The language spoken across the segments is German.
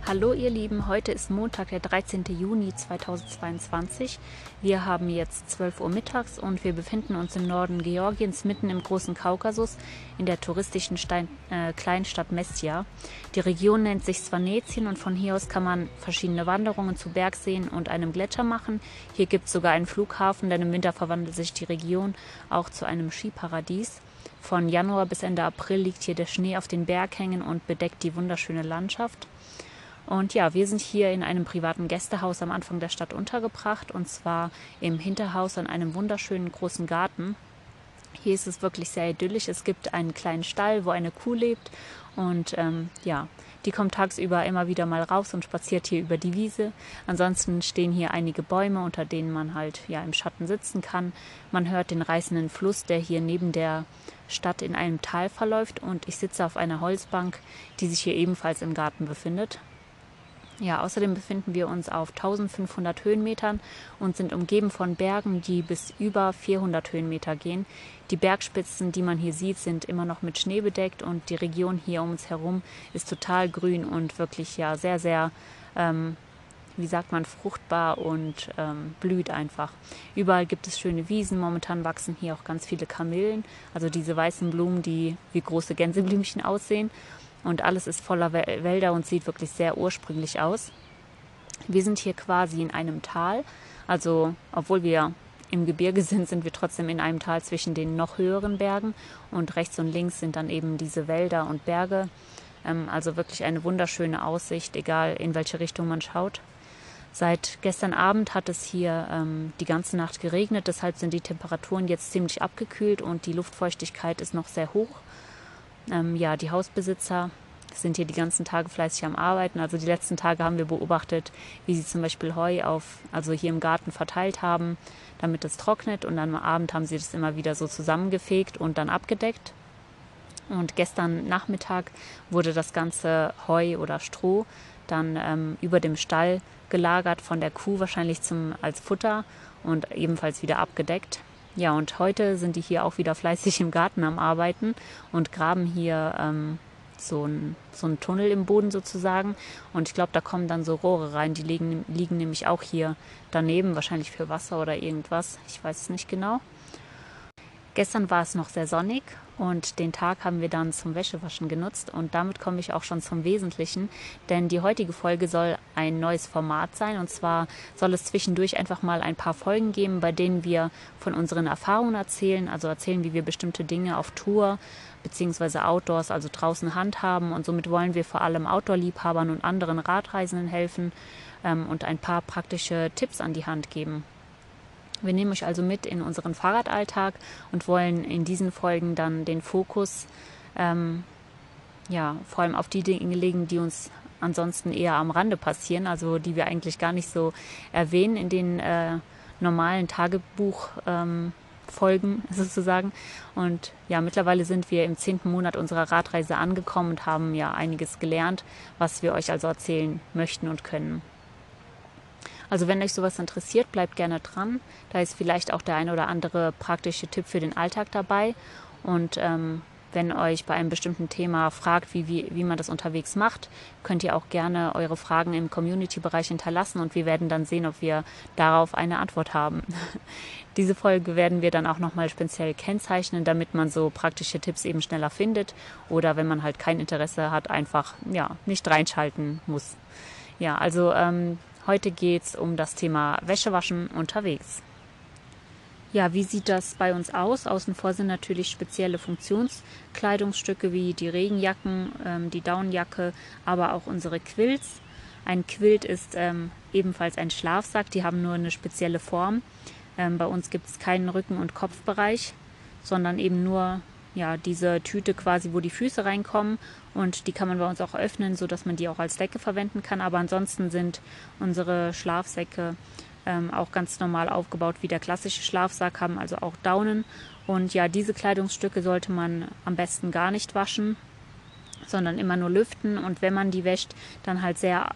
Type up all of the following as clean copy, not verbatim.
Hallo ihr Lieben, heute ist Montag, der 13. Juni 2022. Wir haben jetzt 12 Uhr mittags und wir befinden uns im Norden Georgiens, mitten im großen Kaukasus, in der touristischen Kleinstadt Mestia. Die Region nennt sich Svanetien und von hier aus kann man verschiedene Wanderungen zu Bergseen und einem Gletscher machen. Hier gibt es sogar einen Flughafen, denn im Winter verwandelt sich die Region auch zu einem Skiparadies. Von Januar bis Ende April liegt hier der Schnee auf den Berghängen und bedeckt die wunderschöne Landschaft. Und ja, wir sind hier in einem privaten Gästehaus am Anfang der Stadt untergebracht, und zwar im Hinterhaus an einem wunderschönen großen Garten. Hier ist es wirklich sehr idyllisch. Es gibt einen kleinen Stall, wo eine Kuh lebt, und die kommt tagsüber immer wieder mal raus und spaziert hier über die Wiese. Ansonsten stehen hier einige Bäume, unter denen man halt im Schatten sitzen kann. Man hört den reißenden Fluss, der hier neben der Stadt in einem Tal verläuft, und ich sitze auf einer Holzbank, die sich hier ebenfalls im Garten befindet. Ja, außerdem befinden wir uns auf 1500 Höhenmetern und sind umgeben von Bergen, die bis über 400 Höhenmeter gehen. Die Bergspitzen, die man hier sieht, sind immer noch mit Schnee bedeckt, und die Region hier um uns herum ist total grün und wirklich sehr, sehr, fruchtbar und blüht einfach. Überall gibt es schöne Wiesen. Momentan wachsen hier auch ganz viele Kamillen, also diese weißen Blumen, die wie große Gänseblümchen aussehen. Und alles ist voller Wälder und sieht wirklich sehr ursprünglich aus. Wir sind hier quasi in einem Tal. Also, obwohl wir im Gebirge sind, sind wir trotzdem in einem Tal zwischen den noch höheren Bergen. Und rechts und links sind dann eben diese Wälder und Berge. Also wirklich eine wunderschöne Aussicht, egal in welche Richtung man schaut. Seit gestern Abend hat es hier die ganze Nacht geregnet. Deshalb sind die Temperaturen jetzt ziemlich abgekühlt und die Luftfeuchtigkeit ist noch sehr hoch. Die Hausbesitzer sind hier die ganzen Tage fleißig am Arbeiten. Also die letzten Tage haben wir beobachtet, wie sie zum Beispiel Heu hier im Garten verteilt haben, damit es trocknet. Und dann am Abend haben sie das immer wieder so zusammengefegt und dann abgedeckt. Und gestern Nachmittag wurde das ganze Heu oder Stroh dann über dem Stall gelagert von der Kuh, wahrscheinlich als Futter, und ebenfalls wieder abgedeckt. Ja, und heute sind die hier auch wieder fleißig im Garten am Arbeiten und graben hier so einen Tunnel im Boden sozusagen. Und ich glaube, da kommen dann so Rohre rein, die liegen nämlich auch hier daneben, wahrscheinlich für Wasser oder irgendwas. Ich weiß es nicht genau. Gestern war es noch sehr sonnig und den Tag haben wir dann zum Wäschewaschen genutzt, und damit komme ich auch schon zum Wesentlichen, denn die heutige Folge soll ein neues Format sein, und zwar soll es zwischendurch einfach mal ein paar Folgen geben, bei denen wir von unseren Erfahrungen erzählen, also erzählen, wie wir bestimmte Dinge auf Tour bzw. Outdoors, also draußen handhaben, und somit wollen wir vor allem Outdoor-Liebhabern und anderen Radreisenden helfen und ein paar praktische Tipps an die Hand geben. Wir nehmen euch also mit in unseren Fahrradalltag und wollen in diesen Folgen dann den Fokus vor allem auf die Dinge legen, die uns ansonsten eher am Rande passieren, also die wir eigentlich gar nicht so erwähnen in den normalen Tagebuchfolgen sozusagen. Und ja, mittlerweile sind wir im 10. Monat unserer Radreise angekommen und haben einiges gelernt, was wir euch also erzählen möchten und können. Also wenn euch sowas interessiert, bleibt gerne dran. Da ist vielleicht auch der ein oder andere praktische Tipp für den Alltag dabei. Und wenn euch bei einem bestimmten Thema fragt, wie man das unterwegs macht, könnt ihr auch gerne eure Fragen im Community-Bereich hinterlassen, und wir werden dann sehen, ob wir darauf eine Antwort haben. Diese Folge werden wir dann auch nochmal speziell kennzeichnen, damit man so praktische Tipps eben schneller findet, oder wenn man halt kein Interesse hat, einfach nicht reinschalten muss. Ja, also heute geht es um das Thema Wäschewaschen unterwegs. Ja, wie sieht das bei uns aus? Außen vor sind natürlich spezielle Funktionskleidungsstücke wie die Regenjacken, die Daunenjacke, aber auch unsere Quilts. Ein Quilt ist ebenfalls ein Schlafsack, die haben nur eine spezielle Form. Bei uns gibt es keinen Rücken- und Kopfbereich, sondern eben nur diese Tüte quasi, wo die Füße reinkommen, und die kann man bei uns auch öffnen, sodass man die auch als Decke verwenden kann. Aber ansonsten sind unsere Schlafsäcke auch ganz normal aufgebaut wie der klassische Schlafsack, haben also auch Daunen. Und ja, diese Kleidungsstücke sollte man am besten gar nicht waschen, sondern immer nur lüften, und wenn man die wäscht, dann halt sehr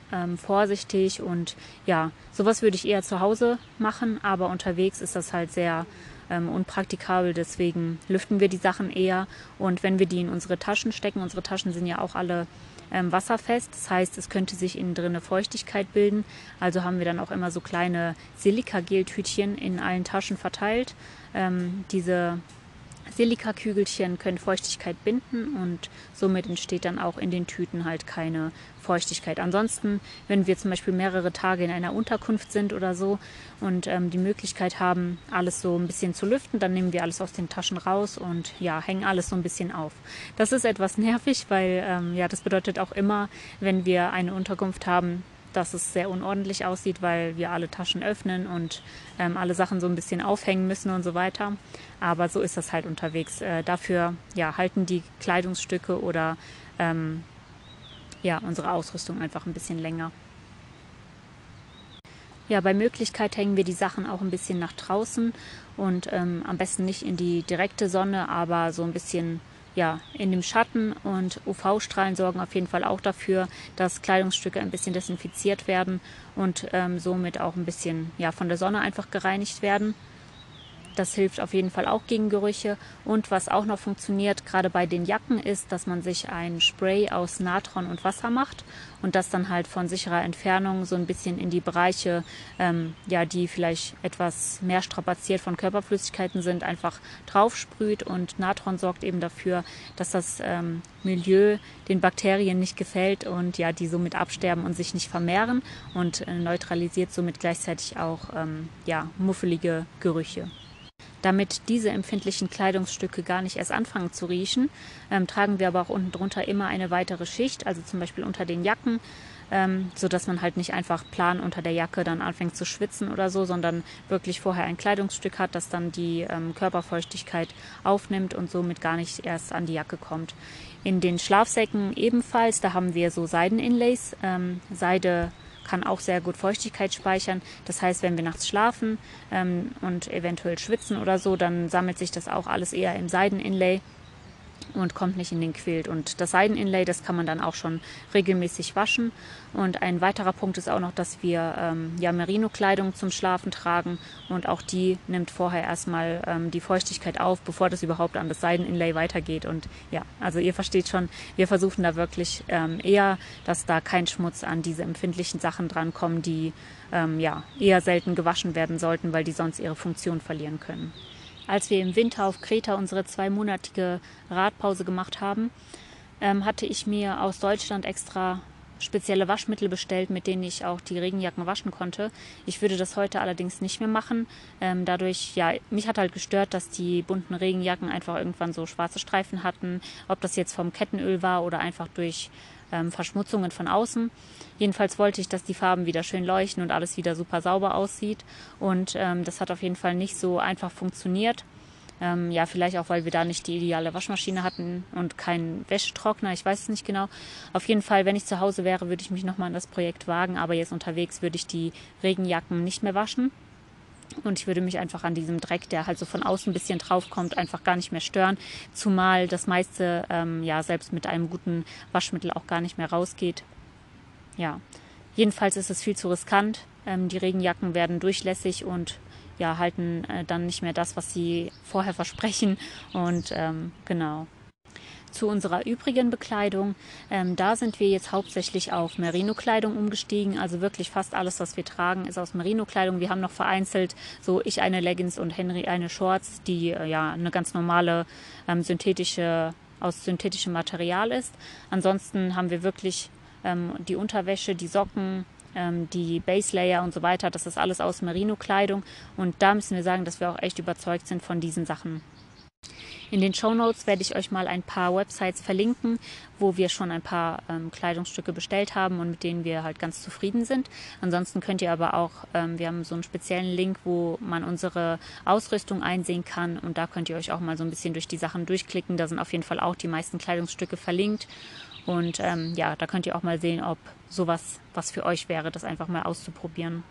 vorsichtig. Und ja, sowas würde ich eher zu Hause machen, aber unterwegs ist das halt sehr unpraktikabel, deswegen lüften wir die Sachen eher. Und wenn wir die in unsere Taschen stecken, unsere Taschen sind ja auch alle wasserfest, das heißt, es könnte sich innen drin eine Feuchtigkeit bilden. Also haben wir dann auch immer so kleine Silikagel-Tütchen in allen Taschen verteilt. Diese Silikakügelchen können Feuchtigkeit binden und somit entsteht dann auch in den Tüten halt keine Feuchtigkeit. Ansonsten, wenn wir zum Beispiel mehrere Tage in einer Unterkunft sind oder so und die Möglichkeit haben, alles so ein bisschen zu lüften, dann nehmen wir alles aus den Taschen raus und ja, hängen alles so ein bisschen auf. Das ist etwas nervig, weil ja, das bedeutet auch immer, wenn wir eine Unterkunft haben, dass es sehr unordentlich aussieht, weil wir alle Taschen öffnen und alle Sachen so ein bisschen aufhängen müssen und so weiter. Aber so ist das halt unterwegs. Dafür ja, halten die Kleidungsstücke oder ja, unsere Ausrüstung einfach ein bisschen länger. Ja, bei Möglichkeit hängen wir die Sachen auch ein bisschen nach draußen und am besten nicht in die direkte Sonne, aber so ein bisschen ja, in dem Schatten, und UV-Strahlen sorgen auf jeden Fall auch dafür, dass Kleidungsstücke ein bisschen desinfiziert werden und somit auch ein bisschen ja, von der Sonne einfach gereinigt werden. Das hilft auf jeden Fall auch gegen Gerüche. Und was auch noch funktioniert, gerade bei den Jacken, ist, dass man sich ein Spray aus Natron und Wasser macht und das dann halt von sicherer Entfernung so ein bisschen in die Bereiche, ja, die vielleicht etwas mehr strapaziert von Körperflüssigkeiten sind, einfach drauf sprüht. Und Natron sorgt eben dafür, dass das Milieu den Bakterien nicht gefällt und ja, die somit absterben und sich nicht vermehren, und neutralisiert somit gleichzeitig auch ja, muffelige Gerüche. Damit diese empfindlichen Kleidungsstücke gar nicht erst anfangen zu riechen, tragen wir aber auch unten drunter immer eine weitere Schicht, also zum Beispiel unter den Jacken, sodass man halt nicht einfach plan unter der Jacke dann anfängt zu schwitzen oder so, sondern wirklich vorher ein Kleidungsstück hat, das dann die Körperfeuchtigkeit aufnimmt und somit gar nicht erst an die Jacke kommt. In den Schlafsäcken ebenfalls, da haben wir so Seiden-Inlays. Seide kann auch sehr gut Feuchtigkeit speichern. Das heißt, wenn wir nachts schlafen und eventuell schwitzen oder so, dann sammelt sich das auch alles eher im Seideninlay und kommt nicht in den Quilt. Und das Seideninlay, das kann man dann auch schon regelmäßig waschen. Und ein weiterer Punkt ist auch noch, dass wir ja, Merino-Kleidung zum Schlafen tragen, und auch die nimmt vorher erstmal die Feuchtigkeit auf, bevor das überhaupt an das Seideninlay weitergeht. Und ja, also ihr versteht schon, wir versuchen da wirklich eher, dass da kein Schmutz an diese empfindlichen Sachen drankommen, die ja, eher selten gewaschen werden sollten, weil die sonst ihre Funktion verlieren können. Als wir im Winter auf Kreta unsere 2-monatige Radpause gemacht haben, hatte ich mir aus Deutschland extra spezielle Waschmittel bestellt, mit denen ich auch die Regenjacken waschen konnte. Ich würde das heute allerdings nicht mehr machen. Dadurch, ja, mich hat halt gestört, dass die bunten Regenjacken einfach irgendwann so schwarze Streifen hatten. Ob das jetzt vom Kettenöl war oder einfach durch Verschmutzungen von außen. Jedenfalls wollte ich, dass die Farben wieder schön leuchten und alles wieder super sauber aussieht. Und das hat auf jeden Fall nicht so einfach funktioniert. Ja, vielleicht auch, weil wir da nicht die ideale Waschmaschine hatten und keinen Wäschetrockner, ich weiß es nicht genau. Auf jeden Fall, wenn ich zu Hause wäre, würde ich mich nochmal an das Projekt wagen, aber jetzt unterwegs würde ich die Regenjacken nicht mehr waschen. Und ich würde mich einfach an diesem Dreck, der halt so von außen ein bisschen draufkommt, einfach gar nicht mehr stören. Zumal das meiste, ja, selbst mit einem guten Waschmittel auch gar nicht mehr rausgeht. Ja, jedenfalls ist es viel zu riskant. Die Regenjacken werden durchlässig und ja, halten dann nicht mehr das, was sie vorher versprechen. Und genau. Zu unserer übrigen Bekleidung, da sind wir jetzt hauptsächlich auf Merino-Kleidung umgestiegen. Also wirklich fast alles, was wir tragen, ist aus Merino-Kleidung. Wir haben noch vereinzelt, so ich eine Leggings und Henry eine Shorts, die ja eine ganz normale aus synthetischem Material ist. Ansonsten haben wir wirklich die Unterwäsche, die Socken, die Base Layer und so weiter. Das ist alles aus Merino-Kleidung. Und da müssen wir sagen, dass wir auch echt überzeugt sind von diesen Sachen. In den Shownotes werde ich euch mal ein paar Websites verlinken, wo wir schon ein paar Kleidungsstücke bestellt haben und mit denen wir halt ganz zufrieden sind. Ansonsten könnt ihr aber auch, wir haben so einen speziellen Link, wo man unsere Ausrüstung einsehen kann, und da könnt ihr euch auch mal so ein bisschen durch die Sachen durchklicken. Da sind auf jeden Fall auch die meisten Kleidungsstücke verlinkt. Und ja, da könnt ihr auch mal sehen, ob sowas was für euch wäre, das einfach mal auszuprobieren.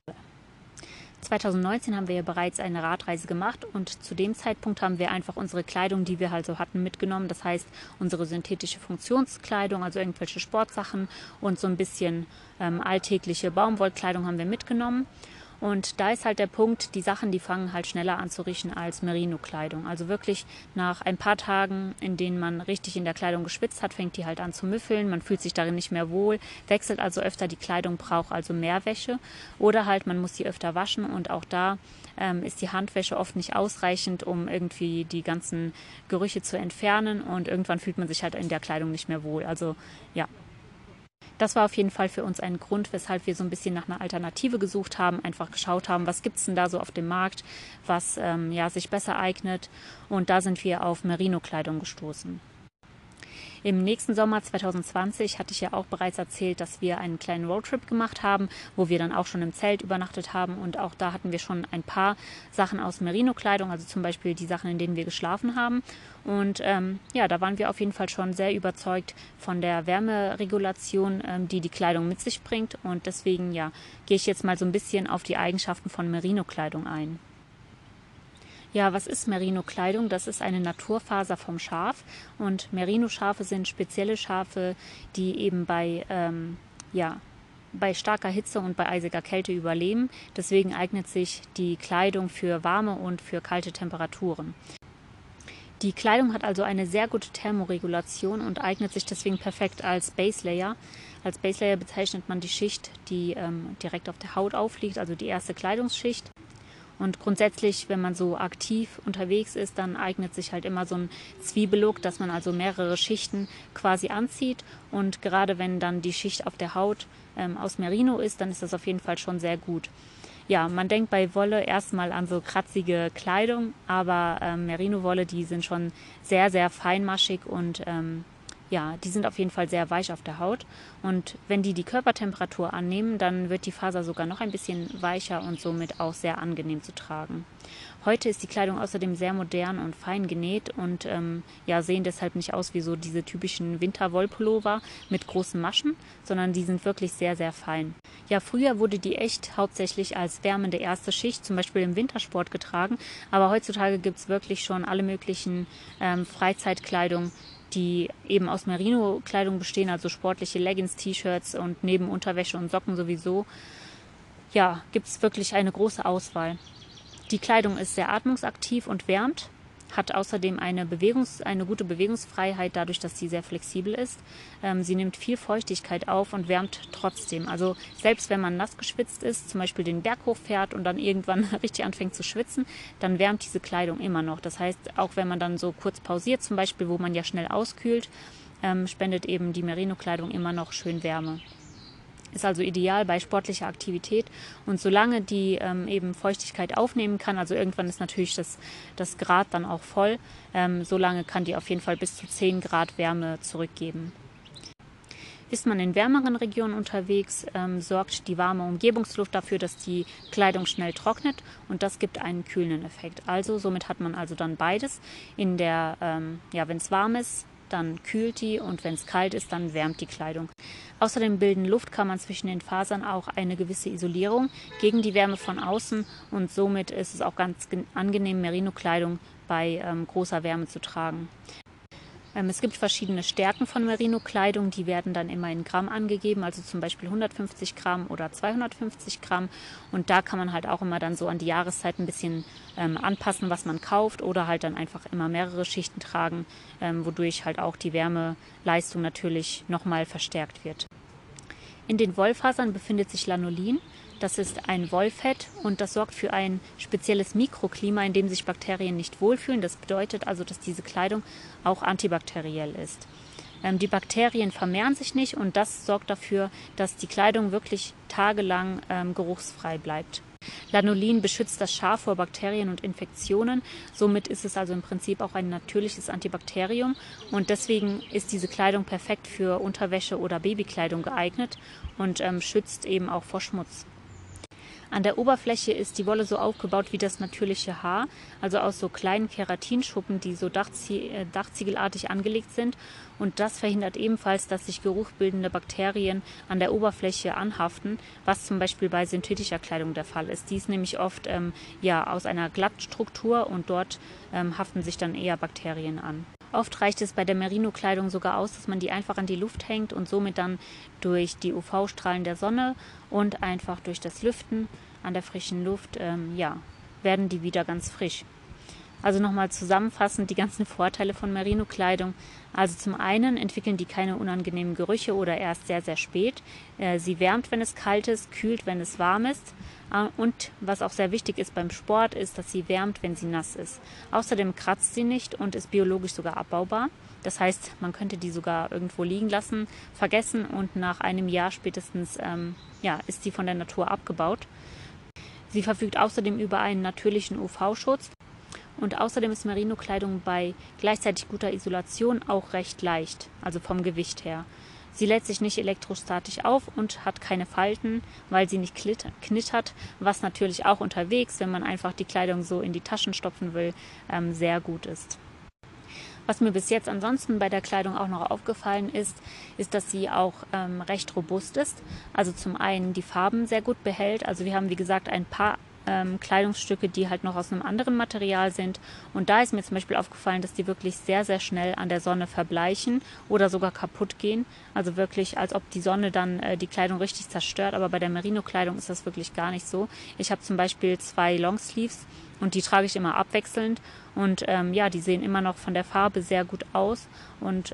2019 haben wir ja bereits eine Radreise gemacht, und zu dem Zeitpunkt haben wir einfach unsere Kleidung, die wir halt so hatten, mitgenommen. Das heißt, unsere synthetische Funktionskleidung, also irgendwelche Sportsachen und so ein bisschen alltägliche Baumwollkleidung haben wir mitgenommen. Und da ist halt der Punkt, die Sachen, die fangen halt schneller an zu riechen als Merino-Kleidung. Also wirklich nach ein paar Tagen, in denen man richtig in der Kleidung geschwitzt hat, fängt die halt an zu müffeln. Man fühlt sich darin nicht mehr wohl, wechselt also öfter die Kleidung, braucht also mehr Wäsche. Oder halt, man muss sie öfter waschen und auch da ist die Handwäsche oft nicht ausreichend, um irgendwie die ganzen Gerüche zu entfernen. Und irgendwann fühlt man sich halt in der Kleidung nicht mehr wohl. Also ja. Das war auf jeden Fall für uns ein Grund, weshalb wir so ein bisschen nach einer Alternative gesucht haben, einfach geschaut haben, was gibt es denn da so auf dem Markt, was sich besser eignet. Und da sind wir auf Merino-Kleidung gestoßen. Im nächsten Sommer 2020 hatte ich ja auch bereits erzählt, dass wir einen kleinen Roadtrip gemacht haben, wo wir dann auch schon im Zelt übernachtet haben und auch da hatten wir schon ein paar Sachen aus Merino-Kleidung, also zum Beispiel die Sachen, in denen wir geschlafen haben. Und da waren wir auf jeden Fall schon sehr überzeugt von der Wärmeregulation, die die Kleidung mit sich bringt. Und deswegen gehe ich jetzt mal so ein bisschen auf die Eigenschaften von Merino-Kleidung ein. Ja, was ist Merino-Kleidung? Das ist eine Naturfaser vom Schaf und Merino-Schafe sind spezielle Schafe, die eben bei starker Hitze und bei eisiger Kälte überleben. Deswegen eignet sich die Kleidung für warme und für kalte Temperaturen. Die Kleidung hat also eine sehr gute Thermoregulation und eignet sich deswegen perfekt als Base Layer. Als Base Layer bezeichnet man die Schicht, die direkt auf der Haut aufliegt, also die erste Kleidungsschicht. Und grundsätzlich, wenn man so aktiv unterwegs ist, dann eignet sich halt immer so ein Zwiebellook, dass man also mehrere Schichten quasi anzieht. Und gerade wenn dann die Schicht auf der Haut aus Merino ist, dann ist das auf jeden Fall schon sehr gut. Ja, man denkt bei Wolle erstmal an so kratzige Kleidung, aber Merino-Wolle, die sind schon sehr, sehr feinmaschig und die sind auf jeden Fall sehr weich auf der Haut. Und wenn die Körpertemperatur annehmen, dann wird die Faser sogar noch ein bisschen weicher und somit auch sehr angenehm zu tragen. Heute ist die Kleidung außerdem sehr modern und fein genäht und sehen deshalb nicht aus wie so diese typischen Winterwollpullover mit großen Maschen, sondern die sind wirklich sehr, sehr fein. Ja, früher wurde die echt hauptsächlich als wärmende erste Schicht, zum Beispiel im Wintersport getragen, aber heutzutage gibt es wirklich schon alle möglichen Freizeitkleidung, die eben aus Merino-Kleidung bestehen, also sportliche Leggings, T-Shirts und neben Unterwäsche und Socken sowieso, gibt es wirklich eine große Auswahl. Die Kleidung ist sehr atmungsaktiv und wärmt, hat außerdem eine gute Bewegungsfreiheit dadurch, dass sie sehr flexibel ist. Sie nimmt viel Feuchtigkeit auf und wärmt trotzdem. Also selbst wenn man nass geschwitzt ist, zum Beispiel den Berg hochfährt und dann irgendwann richtig anfängt zu schwitzen, dann wärmt diese Kleidung immer noch. Das heißt, auch wenn man dann so kurz pausiert, zum Beispiel, wo man ja schnell auskühlt, spendet eben die Merino-Kleidung immer noch schön Wärme. Ist also ideal bei sportlicher Aktivität und solange die eben Feuchtigkeit aufnehmen kann, also irgendwann ist natürlich das Grad dann auch voll, solange kann die auf jeden Fall bis zu 10 Grad Wärme zurückgeben. Ist man in wärmeren Regionen unterwegs, sorgt die warme Umgebungsluft dafür, dass die Kleidung schnell trocknet und das gibt einen kühlenden Effekt. Also somit hat man also dann beides. Wenn es warm ist, dann kühlt die und wenn es kalt ist, dann wärmt die Kleidung. Außerdem bilden Luftkammern zwischen den Fasern auch eine gewisse Isolierung gegen die Wärme von außen und somit ist es auch ganz angenehm, Merino-Kleidung bei großer Wärme zu tragen. Es gibt verschiedene Stärken von Merino-Kleidung, die werden dann immer in Gramm angegeben, also zum Beispiel 150 Gramm oder 250 Gramm. Und da kann man halt auch immer dann so an die Jahreszeit ein bisschen anpassen, was man kauft oder halt dann einfach immer mehrere Schichten tragen, wodurch halt auch die Wärmeleistung natürlich nochmal verstärkt wird. In den Wollfasern befindet sich Lanolin. Das ist ein Wollfett und das sorgt für ein spezielles Mikroklima, in dem sich Bakterien nicht wohlfühlen. Das bedeutet also, dass diese Kleidung auch antibakteriell ist. Die Bakterien vermehren sich nicht und das sorgt dafür, dass die Kleidung wirklich tagelang geruchsfrei bleibt. Lanolin beschützt das Schaf vor Bakterien und Infektionen. Somit ist es also im Prinzip auch ein natürliches Antibakterium und deswegen ist diese Kleidung perfekt für Unterwäsche oder Babykleidung geeignet und schützt eben auch vor Schmutz. An der Oberfläche ist die Wolle so aufgebaut wie das natürliche Haar, also aus so kleinen Keratinschuppen, die so dachziegelartig angelegt sind. Und das verhindert ebenfalls, dass sich geruchbildende Bakterien an der Oberfläche anhaften, was zum Beispiel bei synthetischer Kleidung der Fall ist. Die ist nämlich oft aus einer Glattstruktur und dort haften sich dann eher Bakterien an. Oft reicht es bei der Merino-Kleidung sogar aus, dass man die einfach an die Luft hängt und somit dann durch die UV-Strahlen der Sonne und einfach durch das Lüften an der frischen Luft, ja, werden die wieder ganz frisch. Also nochmal zusammenfassend die ganzen Vorteile von Merino-Kleidung. Also zum einen entwickeln die keine unangenehmen Gerüche oder erst sehr, sehr spät. Sie wärmt, wenn es kalt ist, kühlt, wenn es warm ist. Und was auch sehr wichtig ist beim Sport, ist, dass sie wärmt, wenn sie nass ist. Außerdem kratzt sie nicht und ist biologisch sogar abbaubar. Das heißt, man könnte die sogar irgendwo liegen lassen, vergessen und nach einem Jahr spätestens ist sie von der Natur abgebaut. Sie verfügt außerdem über einen natürlichen UV-Schutz. Und außerdem ist Merino-Kleidung bei gleichzeitig guter Isolation auch recht leicht, also vom Gewicht her. Sie lädt sich nicht elektrostatisch auf und hat keine Falten, weil sie nicht knittert, was natürlich auch unterwegs, wenn man einfach die Kleidung so in die Taschen stopfen will, sehr gut ist. Was mir bis jetzt ansonsten bei der Kleidung auch noch aufgefallen ist, dass sie auch recht robust ist. Also zum einen die Farben sehr gut behält. Also wir haben, wie gesagt, ein paar Kleidungsstücke, die halt noch aus einem anderen Material sind. Und da ist mir zum Beispiel aufgefallen, dass die wirklich sehr, sehr schnell an der Sonne verbleichen oder sogar kaputt gehen. Also wirklich, als ob die Sonne dann die Kleidung richtig zerstört. Aber bei der Merino-Kleidung ist das wirklich gar nicht so. Ich habe zum Beispiel 2 Longsleeves und die trage ich immer abwechselnd. Und die sehen immer noch von der Farbe sehr gut aus und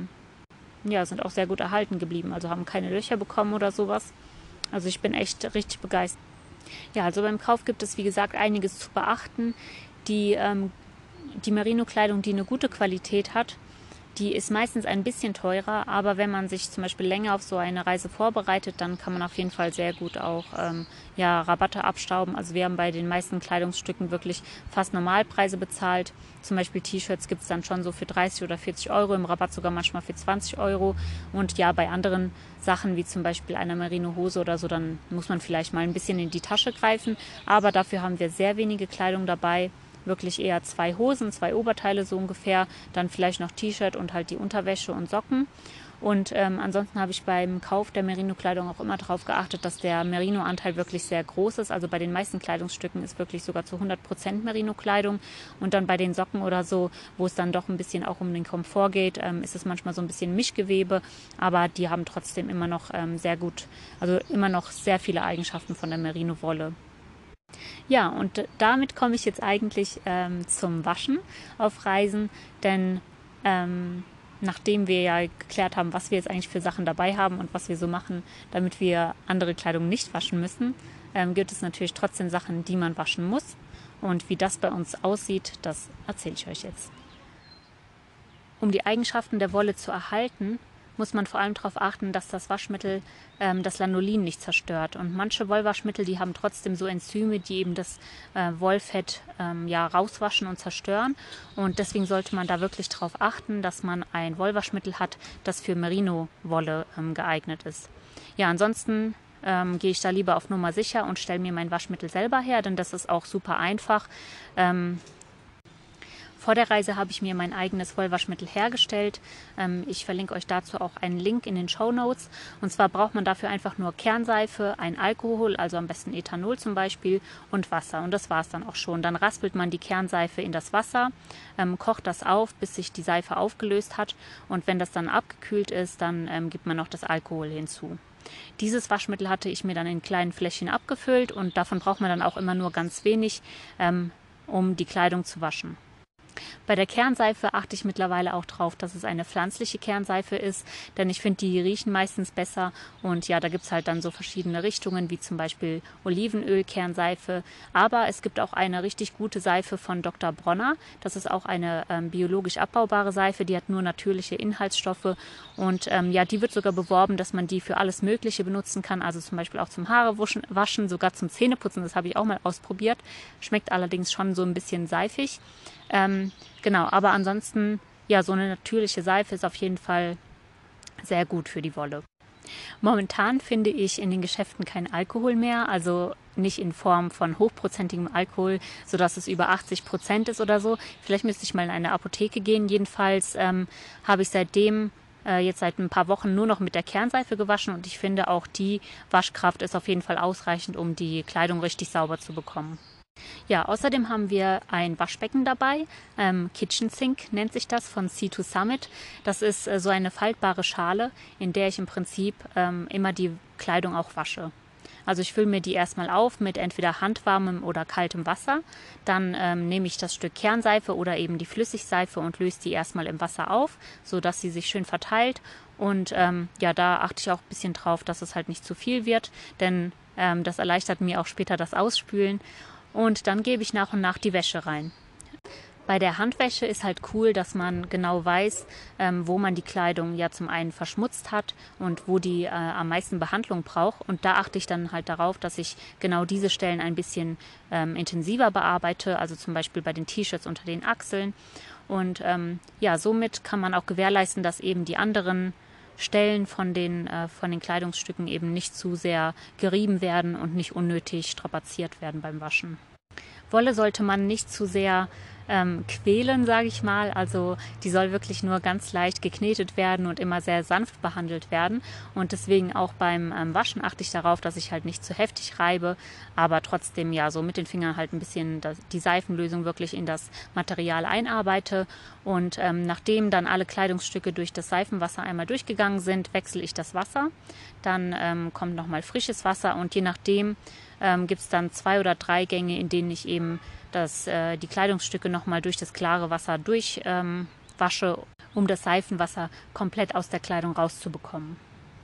sind auch sehr gut erhalten geblieben. Also haben keine Löcher bekommen oder sowas. Also ich bin echt richtig begeistert. Ja, also beim Kauf gibt es, wie gesagt, einiges zu beachten. Die Merino-Kleidung, die eine gute Qualität hat, die ist meistens ein bisschen teurer, aber wenn man sich zum Beispiel länger auf so eine Reise vorbereitet, dann kann man auf jeden Fall sehr gut auch Rabatte abstauben. Also wir haben bei den meisten Kleidungsstücken wirklich fast Normalpreise bezahlt. Zum Beispiel T-Shirts gibt es dann schon so für 30 oder 40 Euro, im Rabatt sogar manchmal für 20 Euro. Und ja, bei anderen Sachen wie zum Beispiel einer Merino-Hose oder so, dann muss man vielleicht mal ein bisschen in die Tasche greifen. Aber dafür haben wir sehr wenige Kleidung dabei. Wirklich eher 2 Hosen, 2 Oberteile so ungefähr, dann vielleicht noch T-Shirt und halt die Unterwäsche und Socken. Und ansonsten habe ich beim Kauf der Merino-Kleidung auch immer darauf geachtet, dass der Merino-Anteil wirklich sehr groß ist. Also bei den meisten Kleidungsstücken ist wirklich sogar zu 100% Merino-Kleidung. Und dann bei den Socken oder so, wo es dann doch ein bisschen auch um den Komfort geht, ist es manchmal so ein bisschen Mischgewebe. Aber die haben trotzdem immer noch immer noch sehr viele Eigenschaften von der Merino-Wolle. Ja, und damit komme ich jetzt eigentlich zum Waschen auf Reisen, denn nachdem wir ja geklärt haben, was wir jetzt eigentlich für Sachen dabei haben und was wir so machen, damit wir andere Kleidung nicht waschen müssen, gibt es natürlich trotzdem Sachen, die man waschen muss. Und wie das bei uns aussieht, das erzähle ich euch jetzt. Um die Eigenschaften der Wolle zu erhalten, muss man vor allem darauf achten, dass das Waschmittel das Lanolin nicht zerstört. Und manche Wollwaschmittel, die haben trotzdem so Enzyme, die eben das Wollfett rauswaschen und zerstören. Und deswegen sollte man da wirklich darauf achten, dass man ein Wollwaschmittel hat, das für Merino-Wolle geeignet ist. Ja, ansonsten gehe ich da lieber auf Nummer sicher und stelle mir mein Waschmittel selber her, denn das ist auch super einfach. Vor der Reise habe ich mir mein eigenes Wollwaschmittel hergestellt. Ich verlinke euch dazu auch einen Link in den Shownotes. Und zwar braucht man dafür einfach nur Kernseife, ein Alkohol, also am besten Ethanol zum Beispiel, und Wasser. Und das war es dann auch schon. Dann raspelt man die Kernseife in das Wasser, kocht das auf, bis sich die Seife aufgelöst hat. Und wenn das dann abgekühlt ist, dann gibt man noch das Alkohol hinzu. Dieses Waschmittel hatte ich mir dann in kleinen Fläschchen abgefüllt und davon braucht man dann auch immer nur ganz wenig, um die Kleidung zu waschen. Bei der Kernseife achte ich mittlerweile auch drauf, dass es eine pflanzliche Kernseife ist, denn ich finde, die riechen meistens besser und ja, da gibt es halt dann so verschiedene Richtungen, wie zum Beispiel Olivenöl-Kernseife, aber es gibt auch eine richtig gute Seife von Dr. Bronner, das ist auch eine biologisch abbaubare Seife, die hat nur natürliche Inhaltsstoffe und die wird sogar beworben, dass man die für alles Mögliche benutzen kann, also zum Beispiel auch zum Haare waschen, sogar zum Zähneputzen, das habe ich auch mal ausprobiert, schmeckt allerdings schon so ein bisschen seifig. Aber ansonsten, ja, so eine natürliche Seife ist auf jeden Fall sehr gut für die Wolle. Momentan finde ich in den Geschäften kein Alkohol mehr, also nicht in Form von hochprozentigem Alkohol, sodass es über 80% ist oder so. Vielleicht müsste ich mal in eine Apotheke gehen. Jedenfalls habe ich seitdem jetzt seit ein paar Wochen nur noch mit der Kernseife gewaschen und ich finde auch die Waschkraft ist auf jeden Fall ausreichend, um die Kleidung richtig sauber zu bekommen. Ja, außerdem haben wir ein Waschbecken dabei, Kitchen Sink nennt sich das, von Sea2 Summit. Das ist so eine faltbare Schale, in der ich im Prinzip immer die Kleidung auch wasche. Also ich fülle mir die erstmal auf mit entweder handwarmem oder kaltem Wasser. Dann nehme ich das Stück Kernseife oder eben die Flüssigseife und löse die erstmal im Wasser auf, sodass sie sich schön verteilt. Und ja, da achte ich auch ein bisschen drauf, dass es halt nicht zu viel wird, denn das erleichtert mir auch später das Ausspülen. Und dann gebe ich nach und nach die Wäsche rein. Bei der Handwäsche ist halt cool, dass man genau weiß, wo man die Kleidung ja zum einen verschmutzt hat und wo die am meisten Behandlung braucht. Und da achte ich dann halt darauf, dass ich genau diese Stellen ein bisschen intensiver bearbeite, also zum Beispiel bei den T-Shirts unter den Achseln. Und ja, somit kann man auch gewährleisten, dass eben die anderen Stellen von den Kleidungsstücken eben nicht zu sehr gerieben werden und nicht unnötig strapaziert werden beim Waschen. Wolle sollte man nicht zu sehr quälen, sage ich mal. Also die soll wirklich nur ganz leicht geknetet werden und immer sehr sanft behandelt werden. Und deswegen auch beim Waschen achte ich darauf, dass ich halt nicht zu heftig reibe, aber trotzdem ja so mit den Fingern halt ein bisschen die Seifenlösung wirklich in das Material einarbeite. Und nachdem dann alle Kleidungsstücke durch das Seifenwasser einmal durchgegangen sind, wechsle ich das Wasser. Dann kommt nochmal frisches Wasser und je nachdem gibt es dann 2 oder 3 Gänge, in denen ich eben die Kleidungsstücke nochmal durch das klare Wasser durchwasche, um das Seifenwasser komplett aus der Kleidung rauszubekommen.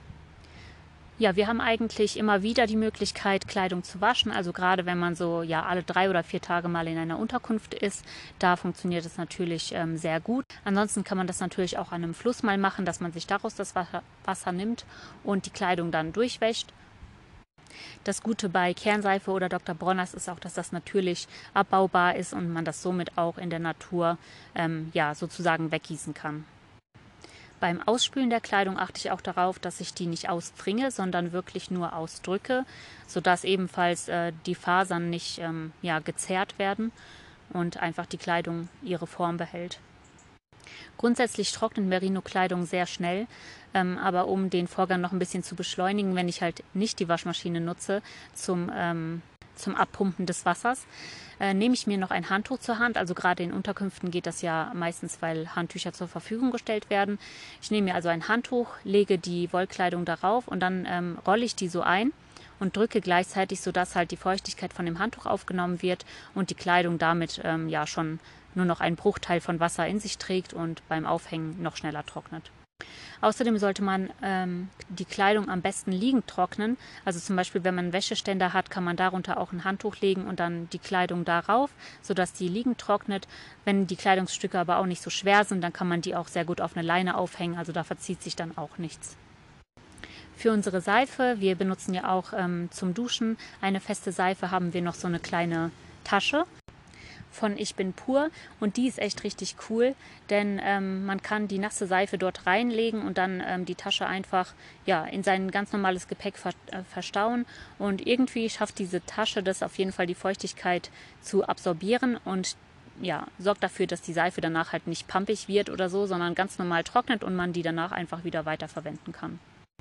Ja, wir haben eigentlich immer wieder die Möglichkeit, Kleidung zu waschen. Also gerade wenn man so ja alle 3 oder 4 Tage mal in einer Unterkunft ist, da funktioniert es natürlich sehr gut. Ansonsten kann man das natürlich auch an einem Fluss mal machen, dass man sich daraus das Wasser nimmt und die Kleidung dann durchwäscht. Das Gute bei Kernseife oder Dr. Bronner's ist auch, dass das natürlich abbaubar ist und man das somit auch in der Natur ja, sozusagen weggießen kann. Beim Ausspülen der Kleidung achte ich auch darauf, dass ich die nicht ausbringe, sondern wirklich nur ausdrücke, sodass ebenfalls die Fasern nicht ja, gezerrt werden und einfach die Kleidung ihre Form behält. Grundsätzlich trocknet Merino-Kleidung sehr schnell, aber um den Vorgang noch ein bisschen zu beschleunigen, wenn ich halt nicht die Waschmaschine nutze zum Abpumpen des Wassers, nehme ich mir noch ein Handtuch zur Hand. Also gerade in Unterkünften geht das ja meistens, weil Handtücher zur Verfügung gestellt werden. Ich nehme mir also ein Handtuch, lege die Wollkleidung darauf und dann rolle ich die so ein und drücke gleichzeitig, sodass halt die Feuchtigkeit von dem Handtuch aufgenommen wird und die Kleidung damit ja schon nur noch einen Bruchteil von Wasser in sich trägt und beim Aufhängen noch schneller trocknet. Außerdem sollte man die Kleidung am besten liegend trocknen. Also zum Beispiel, wenn man einen Wäscheständer hat, kann man darunter auch ein Handtuch legen und dann die Kleidung darauf, sodass die liegend trocknet. Wenn die Kleidungsstücke aber auch nicht so schwer sind, dann kann man die auch sehr gut auf eine Leine aufhängen. Also da verzieht sich dann auch nichts. Für unsere Seife, wir benutzen ja auch zum Duschen eine feste Seife, haben wir noch so eine kleine Tasche von Ich bin pur und die ist echt richtig cool, denn man kann die nasse Seife dort reinlegen und dann die Tasche einfach ja, in sein ganz normales Gepäck verstauen und irgendwie schafft diese Tasche das auf jeden Fall, die Feuchtigkeit zu absorbieren und ja, sorgt dafür, dass die Seife danach halt nicht pampig wird oder so, sondern ganz normal trocknet und man die danach einfach wieder weiterverwenden kann.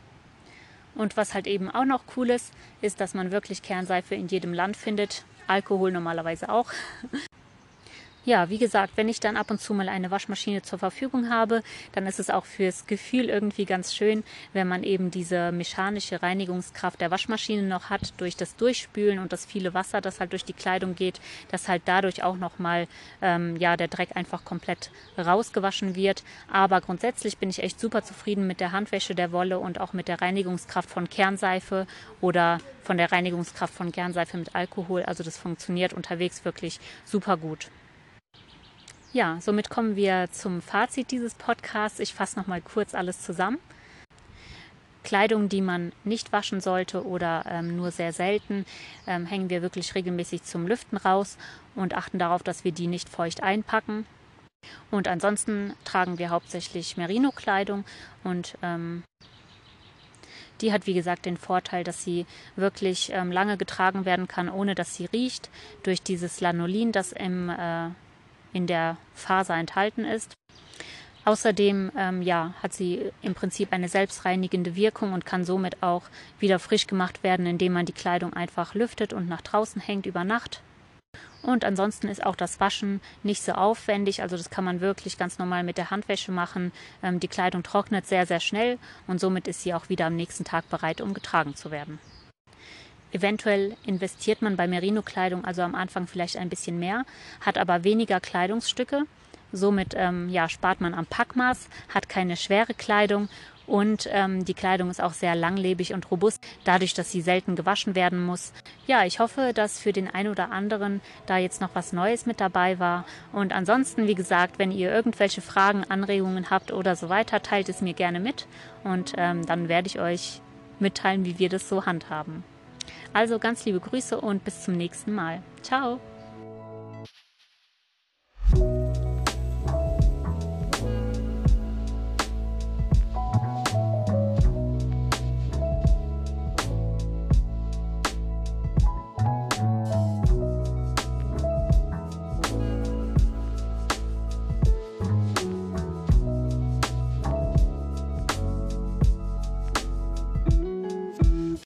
Und was halt eben auch noch cool ist, dass man wirklich Kernseife in jedem Land findet, Alkohol normalerweise auch. Ja, wie gesagt, wenn ich dann ab und zu mal eine Waschmaschine zur Verfügung habe, dann ist es auch fürs Gefühl irgendwie ganz schön, wenn man eben diese mechanische Reinigungskraft der Waschmaschine noch hat, durch das Durchspülen und das viele Wasser, das halt durch die Kleidung geht, dass halt dadurch auch nochmal ja, der Dreck einfach komplett rausgewaschen wird. Aber grundsätzlich bin ich echt super zufrieden mit der Handwäsche der Wolle und auch mit der Reinigungskraft von Kernseife oder von der Reinigungskraft von Kernseife mit Alkohol. Also das funktioniert unterwegs wirklich super gut. Ja, somit kommen wir zum Fazit dieses Podcasts. Ich fasse nochmal kurz alles zusammen. Kleidung, die man nicht waschen sollte oder nur sehr selten, hängen wir wirklich regelmäßig zum Lüften raus und achten darauf, dass wir die nicht feucht einpacken. Und ansonsten tragen wir hauptsächlich Merino-Kleidung und die hat, wie gesagt, den Vorteil, dass sie wirklich lange getragen werden kann, ohne dass sie riecht, durch dieses Lanolin, das in der Faser enthalten ist. Außerdem ja, hat sie im Prinzip eine selbstreinigende Wirkung und kann somit auch wieder frisch gemacht werden, indem man die Kleidung einfach lüftet und nach draußen hängt über Nacht. Und ansonsten ist auch das Waschen nicht so aufwendig, also das kann man wirklich ganz normal mit der Handwäsche machen. Die Kleidung trocknet sehr, sehr schnell und somit ist sie auch wieder am nächsten Tag bereit, um getragen zu werden. Eventuell investiert man bei Merino-Kleidung also am Anfang vielleicht ein bisschen mehr, hat aber weniger Kleidungsstücke. Somit spart man am Packmaß, hat keine schwere Kleidung und die Kleidung ist auch sehr langlebig und robust, dadurch, dass sie selten gewaschen werden muss. Ja, ich hoffe, dass für den einen oder anderen da jetzt noch was Neues mit dabei war. Und ansonsten, wie gesagt, wenn ihr irgendwelche Fragen, Anregungen habt oder so weiter, teilt es mir gerne mit und dann werde ich euch mitteilen, wie wir das so handhaben. Also ganz liebe Grüße und bis zum nächsten Mal. Ciao!